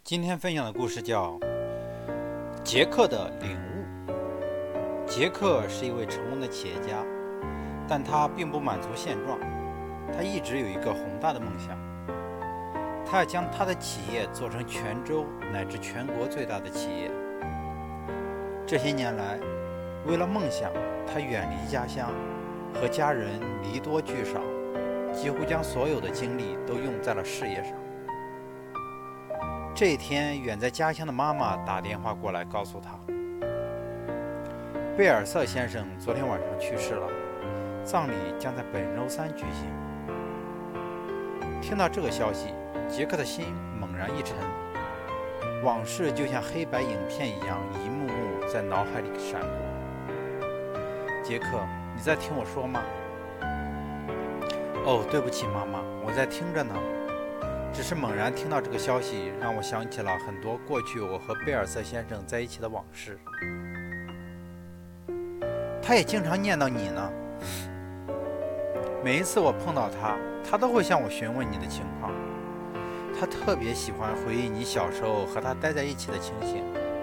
今天分享的故事叫杰克的领悟。杰克是一位成功的企业家，但他并不满足现状，他一直有一个宏大的梦想，他要将他的企业做成全州乃至全国最大的企业。这些年来，为了梦想，他远离家乡，和家人离多聚少，几乎将所有的精力都用在了事业上。这一天，远在家乡的妈妈打电话过来告诉他，贝尔瑟先生昨天晚上去世了，葬礼将在本周三举行。听到这个消息，杰克的心猛然一沉，往事就像黑白影片一样一幕幕在脑海里闪过。杰克，你在听我说吗？哦，对不起妈妈，我在听着呢。只是猛然听到这个消息，让我想起了很多过去我和贝尔瑟先生在一起的往事。他也经常念叨你呢。每一次我碰到他，他都会向我询问你的情况。他特别喜欢回忆你小时候和他待在一起的情形。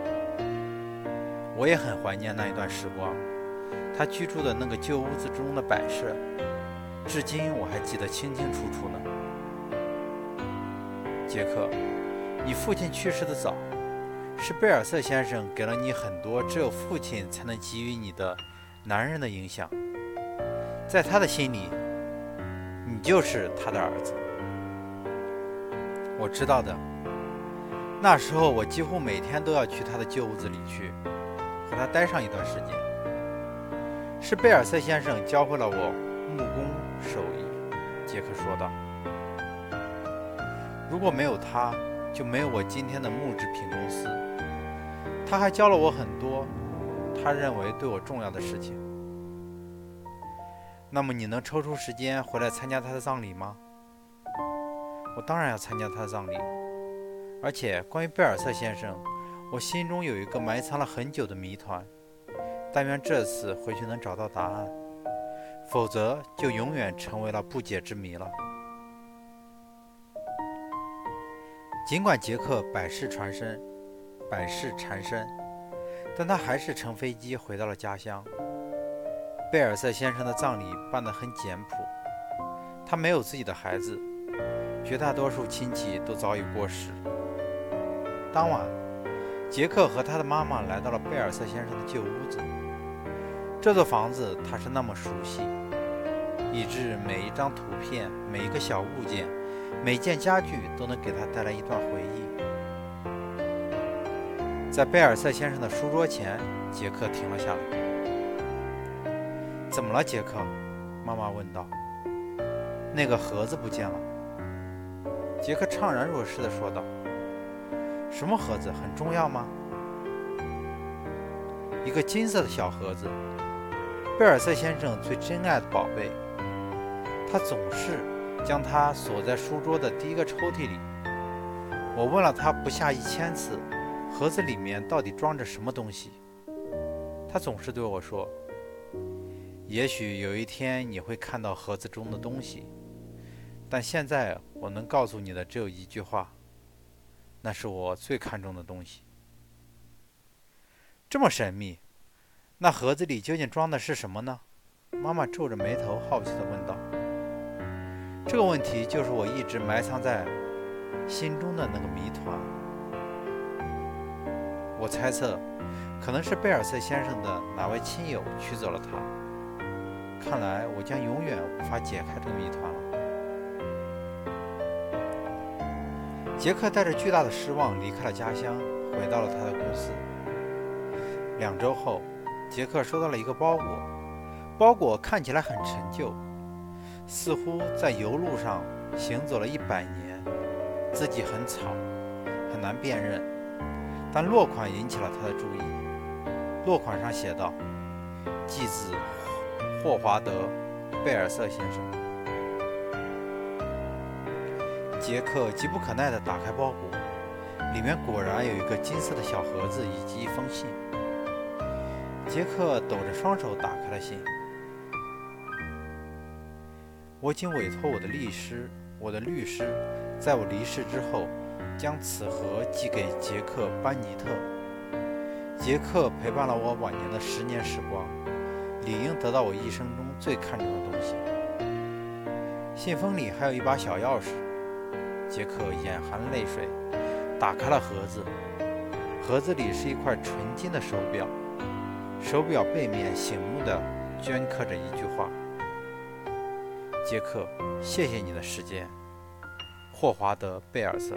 我也很怀念那一段时光，他居住的那个旧屋子中的摆设，至今我还记得清清楚楚呢。杰克，你父亲去世的早，是贝尔瑟先生给了你很多只有父亲才能给予你的男人的影响。在他的心里，你就是他的儿子。我知道的，那时候我几乎每天都要去他的旧屋子里去，和他待上一段时间。是贝尔瑟先生教会了我木工手艺，杰克说道。如果没有他，就没有我今天的木制品公司。他还教了我很多他认为对我重要的事情。那么你能抽出时间回来参加他的葬礼吗？我当然要参加他的葬礼。而且关于贝尔瑟先生，我心中有一个埋藏了很久的谜团，但愿这次回去能找到答案，否则就永远成为了不解之谜了。尽管杰克百事缠身，但他还是乘飞机回到了家乡。贝尔瑟先生的葬礼办得很简朴，他没有自己的孩子，绝大多数亲戚都早已过世。当晚，杰克和他的妈妈来到了贝尔瑟先生的旧屋子。这座房子他是那么熟悉，以致每一张图片、每一个小物件、每件家具都能给他带来一段回忆。在贝尔瑟先生的书桌前，杰克停了下来。怎么了，杰克？妈妈问道。那个盒子不见了。杰克怅然若失地说道。什么盒子？很重要吗？一个金色的小盒子，贝尔瑟先生最珍爱的宝贝。他总是将它锁在书桌的第一个抽屉里。我问了他不下1000次，盒子里面到底装着什么东西。他总是对我说，也许有一天你会看到盒子中的东西，但现在我能告诉你的只有一句话，那是我最看重的东西。这么神秘，那盒子里究竟装的是什么呢？妈妈皱着眉头好奇地问道。这个问题就是我一直埋藏在心中的那个谜团。我猜测，可能是贝尔瑟先生的哪位亲友取走了他。看来我将永远无法解开这个谜团了。杰克带着巨大的失望离开了家乡，回到了他的公司。2周后，杰克收到了一个包裹，包裹看起来很陈旧，似乎在邮路上行走了100年，字迹很草，很难辨认。但落款引起了他的注意。落款上写道：寄自霍华德·贝尔瑟先生。杰克急不可耐地打开包裹，里面果然有一个金色的小盒子以及一封信。杰克抖着双手打开了信。我已经委托我的律师在我离世之后将此盒寄给杰克·班尼特。杰克陪伴了我晚年的10年时光，理应得到我一生中最看重的东西。信封里还有一把小钥匙。杰克眼含泪水，打开了盒子。盒子里是一块纯金的手表，手表背面醒目地镌刻着一句话：杰克，谢谢你的时间，霍华德·贝尔瑟。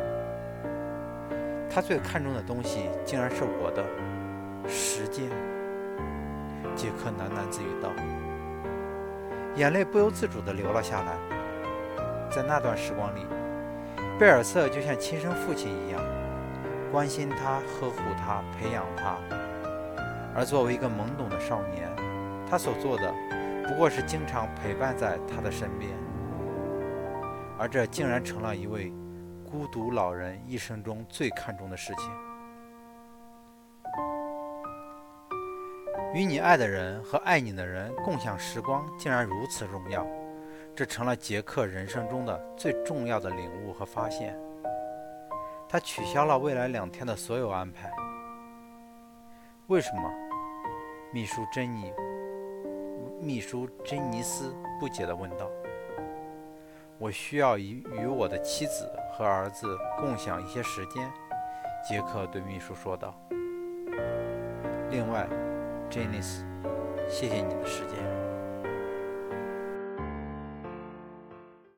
他最看重的东西竟然是我的时间。杰克喃喃自语道，眼泪不由自主地流了下来。在那段时光里，贝尔瑟就像亲生父亲一样，关心他，呵护他，培养他。而作为一个懵懂的少年，他所做的不过是经常陪伴在他的身边，而这竟然成了一位孤独老人一生中最看重的事情。与你爱的人和爱你的人共享时光竟然如此重要，这成了杰克人生中的最重要的领悟和发现。他取消了未来2天的所有安排。为什么？秘书珍妮斯不解地问道。我需要与我的妻子和儿子共享一些时间，杰克对秘书说道。另外，珍妮斯，谢谢你的时间。